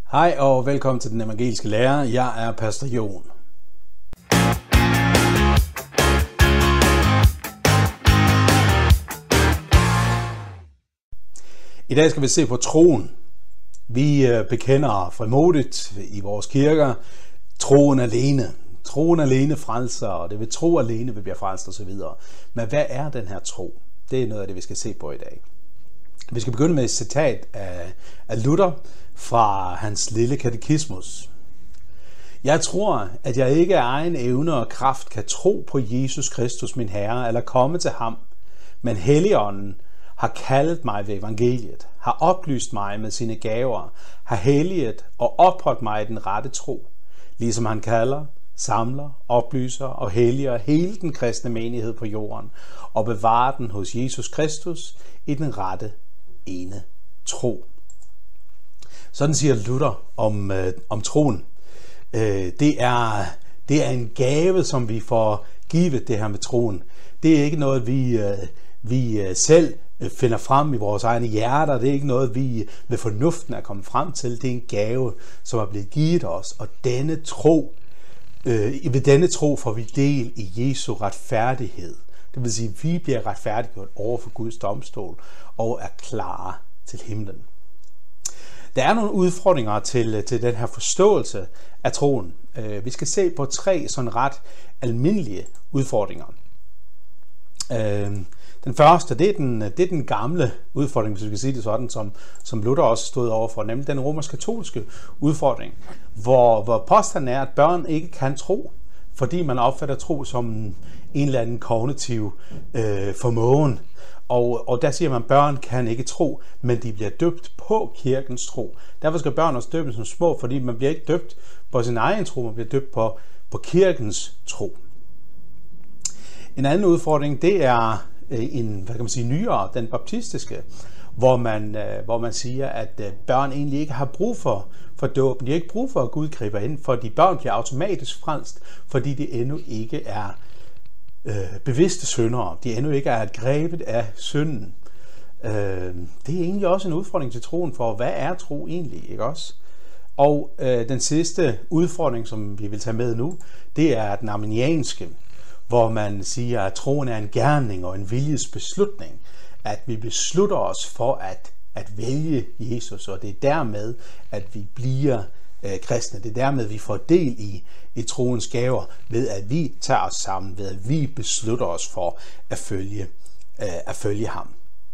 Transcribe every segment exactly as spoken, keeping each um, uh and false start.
Hej og velkommen til Den Evangeliske Lærer. Jeg er Pastor Jon. I dag skal vi se på troen. Vi bekender frimodigt i vores kirker troen alene. Troen alene frelser, og det vil tro alene, vi bliver frelst osv. Men hvad er den her tro? Det er noget af det, vi skal se på i dag. Vi skal begynde med et citat af, af Luther fra hans lille katekismus. Jeg tror, at jeg ikke af egen evne og kraft kan tro på Jesus Kristus, min Herre, eller komme til ham, men Helligånden har kaldet mig ved evangeliet, har oplyst mig med sine gaver, har helliget og opholdt mig i den rette tro, ligesom han kalder, samler, oplyser og helliger hele den kristne menighed på jorden og bevarer den hos Jesus Kristus i den rette ene tro. Sådan siger Luther om, øh, om troen. Øh, det, er, det er en gave, som vi får givet, det her med troen. Det er ikke noget, vi, øh, vi selv finder frem i vores egne hjerter. Det er ikke noget, vi ved fornuften er kommet frem til. Det er en gave, som er blevet givet os. Og denne tro, øh, ved denne tro får vi del i Jesu retfærdighed. Det vil sige, at vi bliver retfærdiggjort over for Guds domstol og er klar til himlen. Der er nogle udfordringer til, til den her forståelse af troen. Vi skal se på tre sådan ret almindelige udfordringer. Den første, det er den, det er den gamle udfordring, hvis vi kan sige det sådan, som, som Luther også stod overfor, nemlig den romersk-katolske udfordring, hvor, hvor påstanden er, at børn ikke kan tro, fordi man opfatter tro som en eller anden kognitiv øh, formåen. Og, og der siger man, at børn kan ikke tro, men de bliver døbt på kirkens tro. Derfor skal børn også døbes som små, fordi man bliver ikke døbt på sin egen tro, man bliver døbt på, på kirkens tro. En anden udfordring, det er en, hvad kan man sige, nyere, den baptistiske, hvor man, hvor man siger, at børn egentlig ikke har brug for, for dåben. De har ikke brug for, at Gud griber ind, fordi børn bliver automatisk frelst, fordi de endnu ikke er øh, bevidste syndere. De endnu ikke er grebet af synden. Øh, det er egentlig også en udfordring til troen, for hvad er tro egentlig, ikke også? Og øh, den sidste udfordring, som vi vil tage med nu, det er den arminianske, hvor man siger, at troen er en gerning og en viljesbeslutning. At vi beslutter os for at, at vælge Jesus, og det er dermed, at vi bliver øh, kristne. Det er dermed, vi får del i, i troens gaver, ved at vi tager os sammen, ved at vi beslutter os for at følge, øh, at følge ham.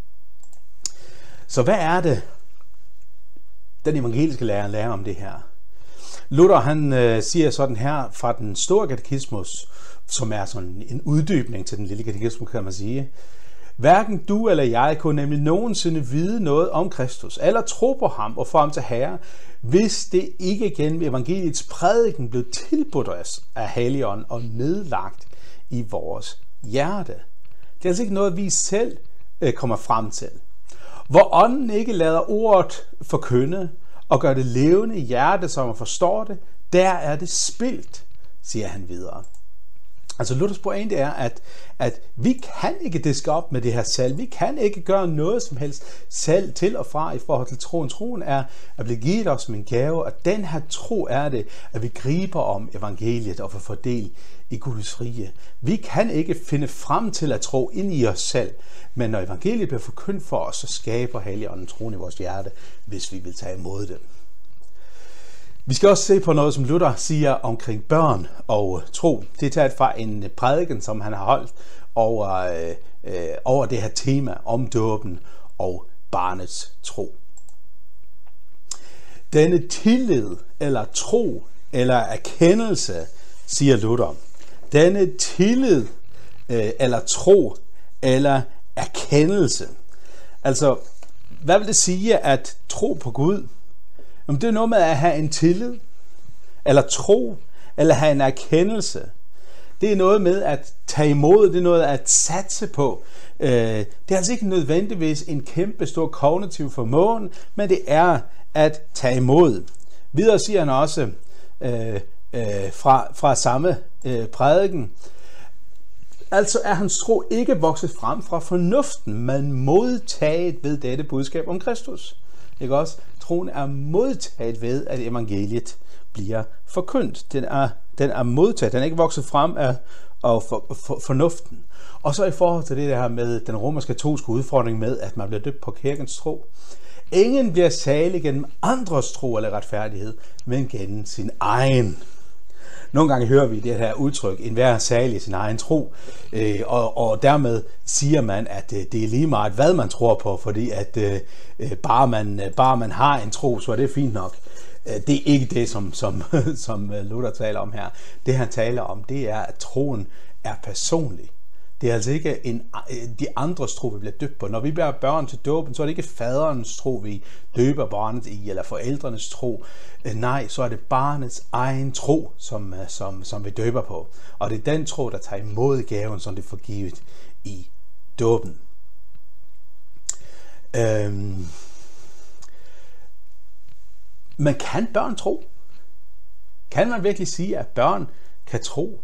Så hvad er det, den evangeliske lærer lærer om det her? Luther, han øh, siger sådan her fra den store katekismus, som er sådan en uddybning til den lille katekismus, kan man sige. Hverken du eller jeg kunne nemlig nogensinde vide noget om Kristus, eller tro på ham og få ham til Herre, hvis det ikke gennem evangeliets prædiken blev tilbudt os af Helligånden og nedlagt i vores hjerte. Det er altså ikke noget, vi selv øh, kommer frem til. Hvor ånden ikke lader ordet forkynde og gør det levende i hjertet, som man forstår det, der er det spildt, siger han videre. Altså Luthers pointe er, at, at vi kan ikke diske op med det her selv. Vi kan ikke gøre noget som helst selv til og fra i forhold til troen. Troen er at blive givet os som en gave, og den her tro er det, at vi griber om evangeliet og får fordel i Guds rige. Vi kan ikke finde frem til at tro ind i os selv, men når evangeliet bliver forkyndt for os, så skaber Helligånden troen i vores hjerte, hvis vi vil tage imod det. Vi skal også se på noget, som Luther siger omkring børn og tro. Det er taget fra en prædiken, som han har holdt over, øh, over det her tema om dåben og barnets tro. Denne tillid eller tro eller erkendelse, siger Luther. Denne tillid øh, eller tro eller erkendelse. Altså, hvad vil det sige at tro på Gud? Det er noget med at have en tillid, eller tro, eller have en erkendelse. Det er noget med at tage imod, det er noget at satse på. Det er altså ikke nødvendigvis en kæmpe stor kognitiv formåen, men det er at tage imod. Videre siger han også øh, øh, fra, fra samme øh, prædiken, altså er hans tro ikke vokset frem fra fornuften, men modtaget ved dette budskab om Kristus. Ikke også? Troen er modtaget ved, at evangeliet bliver forkyndt. Den er, den er modtaget. Den er ikke vokset frem af, af for, for, fornuften. Og så i forhold til det der med den romersk-katolske udfordring med, at man bliver døbt på kirkens tro. Ingen bliver salig gennem andres tro eller retfærdighed, men gennem sin egen. Nogle gange hører vi det her udtryk, enhver er salig i sin egen tro, øh, og, og dermed siger man, at øh, det er lige meget, hvad man tror på, fordi at øh, bare, man, bare man har en tro, så er det fint nok. Det er ikke det, som, som, som Luther taler om her. Det han taler om, det er, at troen er personlig. Det er altså ikke en, de andres tro, vi bliver døbt på. Når vi bærer børn til dåben, så er det ikke faderens tro, vi døber barnet i, eller forældrenes tro. Nej, så er det barnets egen tro, som, som, som vi døber på. Og det er den tro, der tager imod gaven, som det får givet i dåben. Øhm. Men kan børn tro? Kan man virkelig sige, at børn kan tro?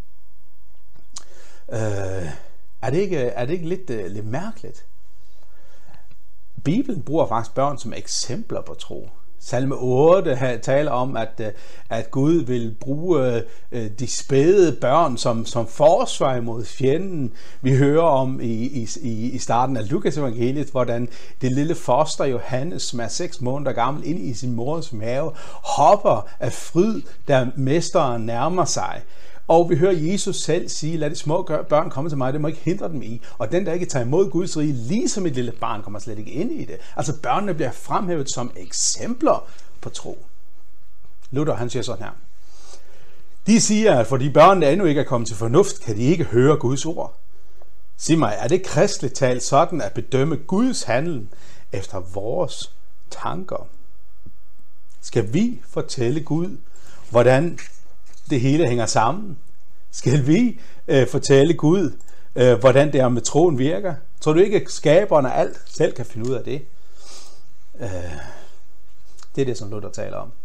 Øh, er, det ikke, er det ikke lidt, uh, lidt mærkeligt? Bibelen bruger faktisk børn som eksempler på tro. Salme otte taler om, at, at Gud vil bruge de spæde børn som, som forsvar mod fjenden. Vi hører om i, i, i starten af Lukas evangeliet, hvordan det lille foster Johannes, som er seks måneder gammel, inde i sin mors mave, hopper af fryd, da mesteren nærmer sig. Og vi hører Jesus selv sige, lad de små børn komme til mig, det må ikke hindre dem i. Og den, der ikke tager imod Guds rige, ligesom et lille barn, kommer slet ikke ind i det. Altså børnene bliver fremhævet som eksempler på tro. Luther, han siger sådan her. De siger, at fordi børnene endnu ikke er kommet til fornuft, kan de ikke høre Guds ord. Sig mig, er det kristeligt talt sådan at bedømme Guds handlen efter vores tanker? Skal vi fortælle Gud, hvordan det hele hænger sammen? Skal vi øh, fortælle Gud, øh, hvordan det er med troen virker? Tror du ikke, at skaberen af alt selv kan finde ud af det? Øh, det er det, som Luther taler om.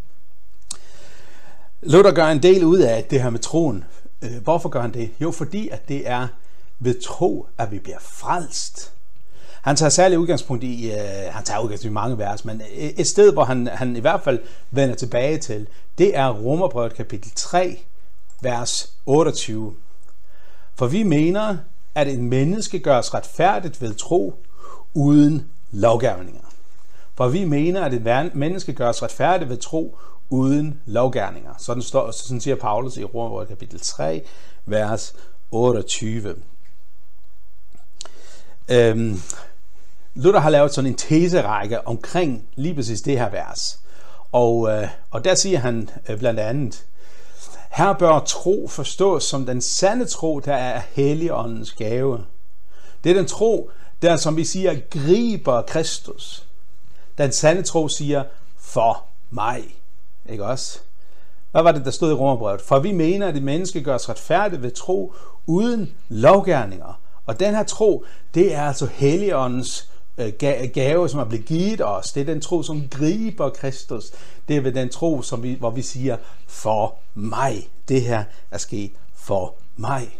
Luther gør en del ud af det her med troen. Øh, hvorfor gør han det? Jo, fordi at det er ved tro, at vi bliver frelst. Han tager særlig udgangspunkt i, øh, han tager udgangspunkt i mange vers, men et sted, hvor han, han i hvert fald vender tilbage til, det er Romerbrevet kapitel tre, vers otteogtyve. For vi mener, at en menneske gøres retfærdigt ved tro, uden lovgerninger. For vi mener, at et menneske gøres retfærdigt ved tro, uden lovgerninger. Sådan, står, sådan siger Paulus i Romerbrevet kapitel tre, vers otteogtyve. Øhm, Luther har lavet sådan en teserække omkring lige præcis det her vers. Og, øh, og der siger han øh, blandt andet, her bør tro forstås som den sande tro, der er Helligåndens gave. Det er den tro, der som vi siger, griber Kristus. Den sande tro siger, for mig. Ikke også? Hvad var det, der stod i Romerbrevet? For vi mener, at et menneske gøres retfærdigt ved tro, uden lovgerninger. Og den her tro, det er altså Helligåndens gave, som er blevet givet os. Det er den tro, som griber Kristus. Det er ved den tro, som vi, hvor vi siger, for mig. Det her er sket for mig.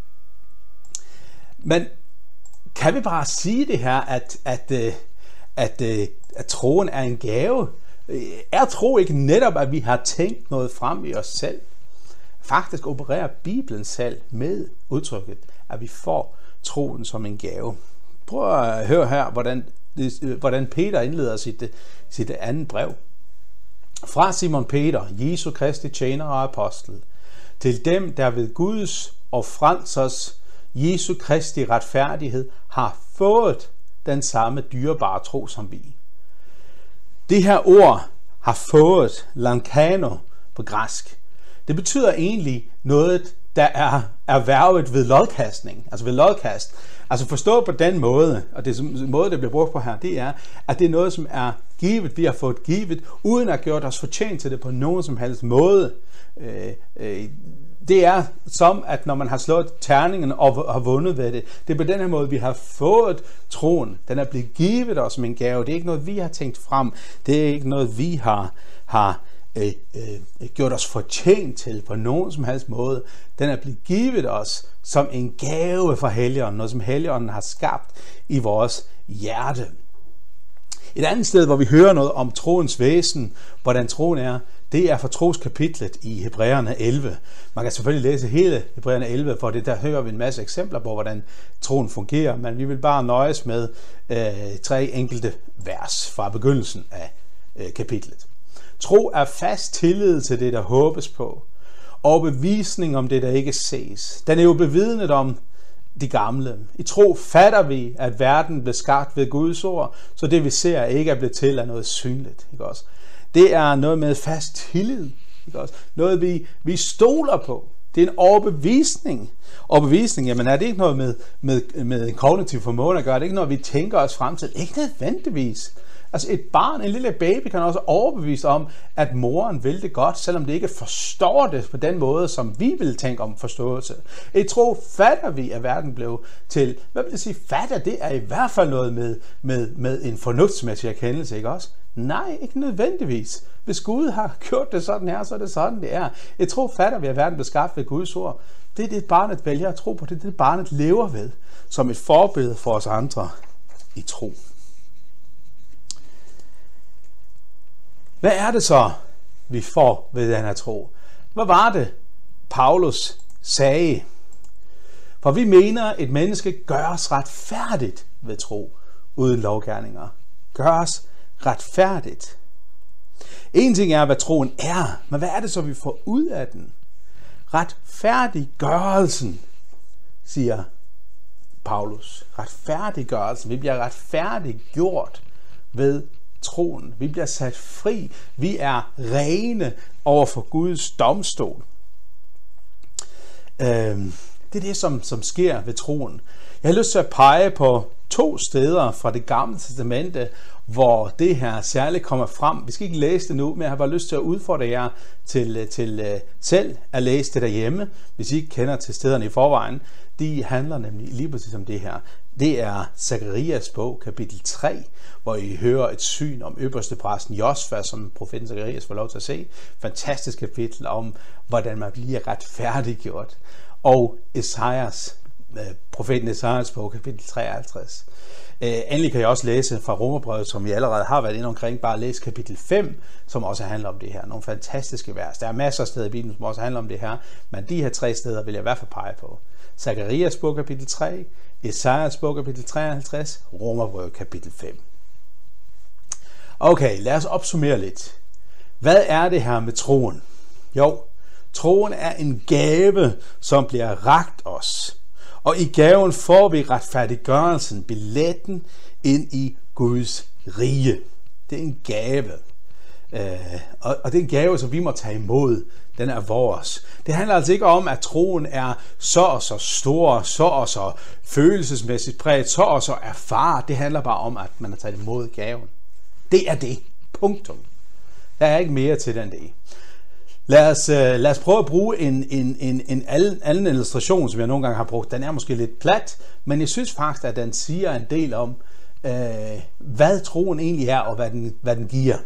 Men kan vi bare sige det her, at, at, at, at, at troen er en gave? Er tro ikke netop, at vi har tænkt noget frem i os selv? Faktisk opererer Bibelen selv med udtrykket, at vi får troen som en gave. Prøv at høre her, hvordan, hvordan Peter indleder sit, sit andet brev. Fra Simon Peter, Jesu Kristi tjener og apostel, til dem, der ved Guds og frelsers Jesu Kristi retfærdighed har fået den samme dyrebare tro som vi. Det her ord har fået, lankano på græsk. Det betyder egentlig noget, der er erhvervet ved lodkastning, altså ved lodkast. Altså forstå på den måde, og det måde, det bliver brugt på her, det er, at det er noget, som er givet, vi har fået givet, uden at gøre os fortjent til det på nogen som helst måde. Det er som, at når man har slået terningen og har vundet ved det, det er på den her måde, vi har fået troen. Den er blevet givet os som en gave. Det er ikke noget, vi har tænkt frem. Det er ikke noget, vi har, har øh, øh, gjort os fortjent til på nogen som helst måde. Den er blevet givet os som en gave fra Helligånden, noget som Helligånden har skabt i vores hjerte. Et andet sted, hvor vi hører noget om troens væsen, hvordan troen er, det er fra troskapitlet i Hebræerne elleve. Man kan selvfølgelig læse hele Hebræerne elleve, for det der hører vi en masse eksempler på, hvordan troen fungerer, men vi vil bare nøjes med øh, tre enkelte vers fra begyndelsen af øh, kapitlet. Tro er fast tillid til det, der håbes på, og bevisning om det, der ikke ses. Den er jo bevidnet om de gamle. I tro fatter vi, at verden blev skabt ved Guds ord, så det vi ser ikke er blevet til af noget synligt. Ikke også? Det er noget med fast tillid. Ikke også? Noget vi, vi stoler på. Det er en overbevisning. Overbevisning, jamen er det ikke noget med, med, med en kognitiv formåen at gøre? Det er ikke noget, vi tænker os frem til? Ikke nødvendigvis. Altså et barn, en lille baby, kan også overbevise om, at moren vil det godt, selvom det ikke forstår det på den måde, som vi vil tænke om forståelse. Et tro fatter vi, at verden blev til. Hvad vil det sige? Fatter, det er i hvert fald noget med, med, med en fornuftsmæssig erkendelse, ikke også? Nej, ikke nødvendigvis. Hvis Gud har gjort det sådan her, så er det sådan, det er. Et tro fatter vi, at verden blev skabt ved Guds ord. Det er det, barnet vælger at tro på. Det er det, barnet lever ved, som et forbillede for os andre i tro. Hvad er det så, vi får ved den her tro? Hvad var det, Paulus sagde? For vi mener, at et menneske gøres retfærdigt ved tro, uden lovgerninger. Gøres retfærdigt. En ting er, hvad troen er, men hvad er det så, vi får ud af den? Retfærdiggørelsen, siger Paulus. Retfærdiggørelsen. Vi bliver retfærdiggjort ved troen. Vi bliver sat fri. Vi er rene over for Guds domstol. Øhm, det er det, som, som sker ved troen. Jeg har lyst til at pege på to steder fra det gamle testamente, hvor det her særligt kommer frem. Vi skal ikke læse det nu, men jeg har bare lyst til at udfordre jer til, til uh, selv at læse det derhjemme, hvis I ikke kender til stederne i forvejen. De handler nemlig lige præcis om det her. Det er Zakarias bog, kapitel tre, hvor I hører et syn om øverstepræsten Josva, som profeten Zakarias får lov til at se. Fantastisk kapitel om, hvordan man bliver retfærdiggjort. Og Esajas, profeten Esajas bog, kapitel treoghalvtreds. Endelig kan jeg også læse fra Romerbrevet, som vi allerede har været inde omkring, bare læse kapitel fem, som også handler om det her. Nogle fantastiske vers. Der er masser af steder i Bibelen, som også handler om det her, men de her tre steder vil jeg i hvert fald pege på. Zakarias bog, kapitel tre, Esajas bog, kapitel treoghalvtreds, Romerbrevet, kapitel fem. Okay, lad os opsummere lidt. Hvad er det her med troen? Jo, troen er en gave, som bliver rakt os. Og i gaven får vi retfærdiggørelsen, billetten ind i Guds rige. Det er en gave. Øh, og, og det er en gave, som vi må tage imod. Den er vores. Det handler altså ikke om, at troen er så og så stor, så og så følelsesmæssigt præget, så og så erfaren. Det handler bare om, at man har taget imod gaven. Det er det. Punktum. Der er ikke mere til den det. Lad os, uh, lad os prøve at bruge en, en, en, en anden illustration, som jeg nogle gange har brugt. Den er måske lidt plat, men jeg synes faktisk, at den siger en del om, uh, hvad troen egentlig er, og hvad den, hvad den giver.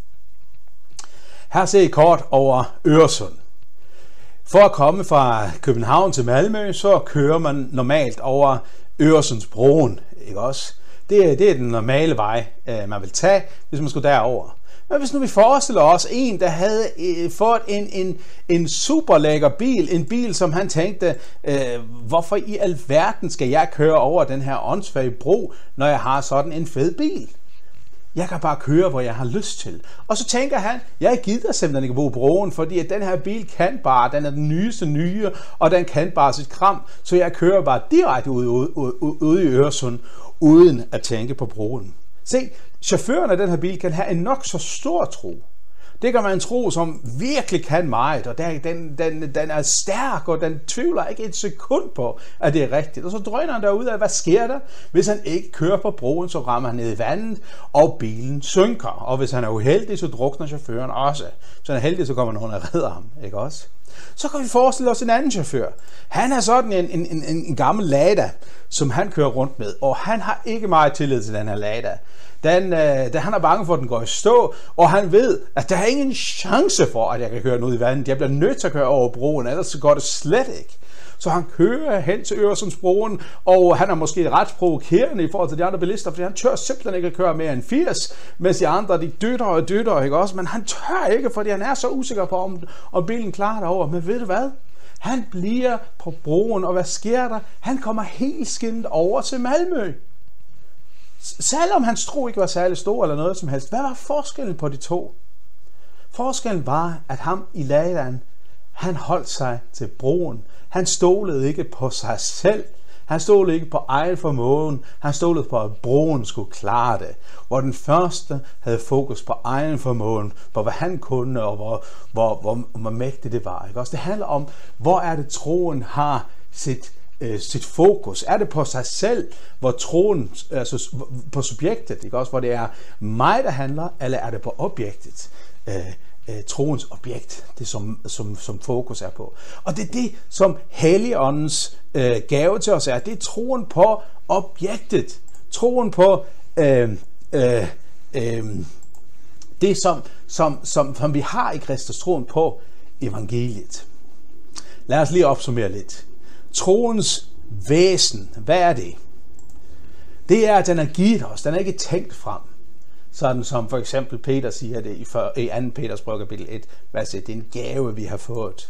Her ser I kort over Øresund. For at komme fra København til Malmø, så kører man normalt over Øresundsbroen, ikke også? Det er, det er den normale vej, uh, man vil tage, hvis man skulle derover. Men hvis nu vi forestiller os en, der havde øh, fået en, en, en super lækker bil, en bil, som han tænkte, øh, hvorfor i alverden skal jeg køre over den her åndssvage bro, når jeg har sådan en fed bil? Jeg kan bare køre, hvor jeg har lyst til. Og så tænker han, jeg gider simpelthen ikke bruge broen, fordi at den her bil kan bare, den er den nyeste nye, og den kan bare sit kram, så jeg kører bare direkte ud, ud, ud, ud i Øresund, uden at tænke på broen. Se, chaufføren af den her bil kan have en nok så stor tro. Det kan være en tro, som virkelig kan meget, og den, den, den er stærk, og den tvivler ikke et sekund på, at det er rigtigt. Og så drøner han derud af, hvad sker der? Hvis han ikke kører på broen, så rammer han ned i vandet, og bilen synker. Og hvis han er uheldig, så drukner chaufføren også. Hvis han er heldig, så kommer nogen og redder ham, ikke også? Så kan vi forestille os en anden chauffør. Han er sådan en, en, en, en gammel Lada, som han kører rundt med, og han har ikke meget tillid til den her Lada. den, øh, den, han er bange for, at den går i stå, og han ved, at der er ingen chance for, at jeg kan køre den ud i vandet. Jeg bliver nødt til at køre over broen, ellers så går det slet ikke. Så han kører hen til Øresundsbroen, og han er måske ret provokerende i forhold til de andre bilister, fordi han tør simpelthen ikke at køre mere end firs, mens de andre, de dytter og dytter, ikke også? Men han tør ikke, fordi han er så usikker på, om, om bilen klarer det over. Men ved du hvad? Han bliver på broen, og hvad sker der? Han kommer helt skinnet over til Malmø. Selvom hans tro ikke var særlig stor eller noget som helst. Hvad var forskellen på de to? Forskellen var, at ham i Ladan, han holdt sig til broen. Han stolede ikke på sig selv. Han stolede ikke på egen formåen. Han stolede på, at broen skulle klare det. Hvor den første havde fokus på egen formåen, på hvad han kunne, og hvor, hvor, hvor, hvor mægtigt det var. Ikke? Også det handler om, hvor er det troen har sit, øh, sit fokus. Er det på sig selv, hvor troen, altså på subjektet, ikke? Også hvor det er mig, der handler, eller er det på objektet? Øh, troens objekt, det som, som, som fokus er på. Og det er det, som Helligåndens øh, gave til os er. Det er troen på objektet. Troen på øh, øh, øh, det, som, som, som, som vi har i Kristus, troen på evangeliet. Lad os lige opsummere lidt. Troens væsen, hvad er det? Det er, at den er givet os. Den er ikke tænkt frem. Sådan som for eksempel Peter siger det i anden Peters brev kapitel et, vers et, det er en gave, vi har fået.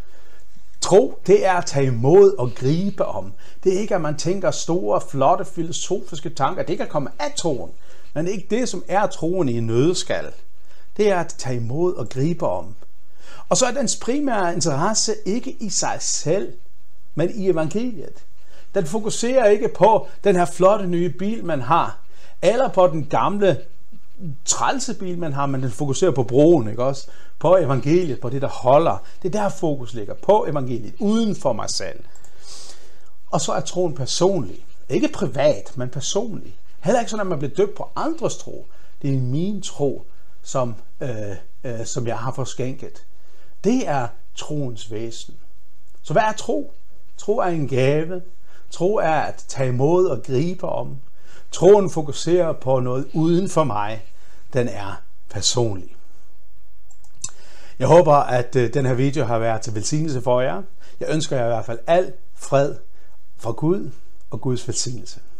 Tro, det er at tage imod og gribe om. Det er ikke, at man tænker store, flotte, filosofiske tanker. Det er ikke at komme af troen, men det er ikke det, som er troen i en nødskal. Det er at tage imod og gribe om. Og så er dens primære interesse ikke i sig selv, men i evangeliet. Den fokuserer ikke på den her flotte nye bil, man har, eller på den gamle trælsebil, man har, men den fokuserer på broen, ikke også? På evangeliet, på det, der holder. Det er der fokus ligger, på evangeliet, uden for mig selv. Og så er troen personlig. Ikke privat, men personlig. Heller ikke sådan, at man bliver døbt på andres tro. Det er min tro, som, øh, øh, som jeg har forskænket. Det er troens væsen. Så hvad er tro? Tro er en gave. Tro er at tage imod og gribe om. Troen fokuserer på noget uden for mig. Den er personlig. Jeg håber, at den her video har været til velsignelse for jer. Jeg ønsker jer i hvert fald al fred fra Gud og Guds velsignelse.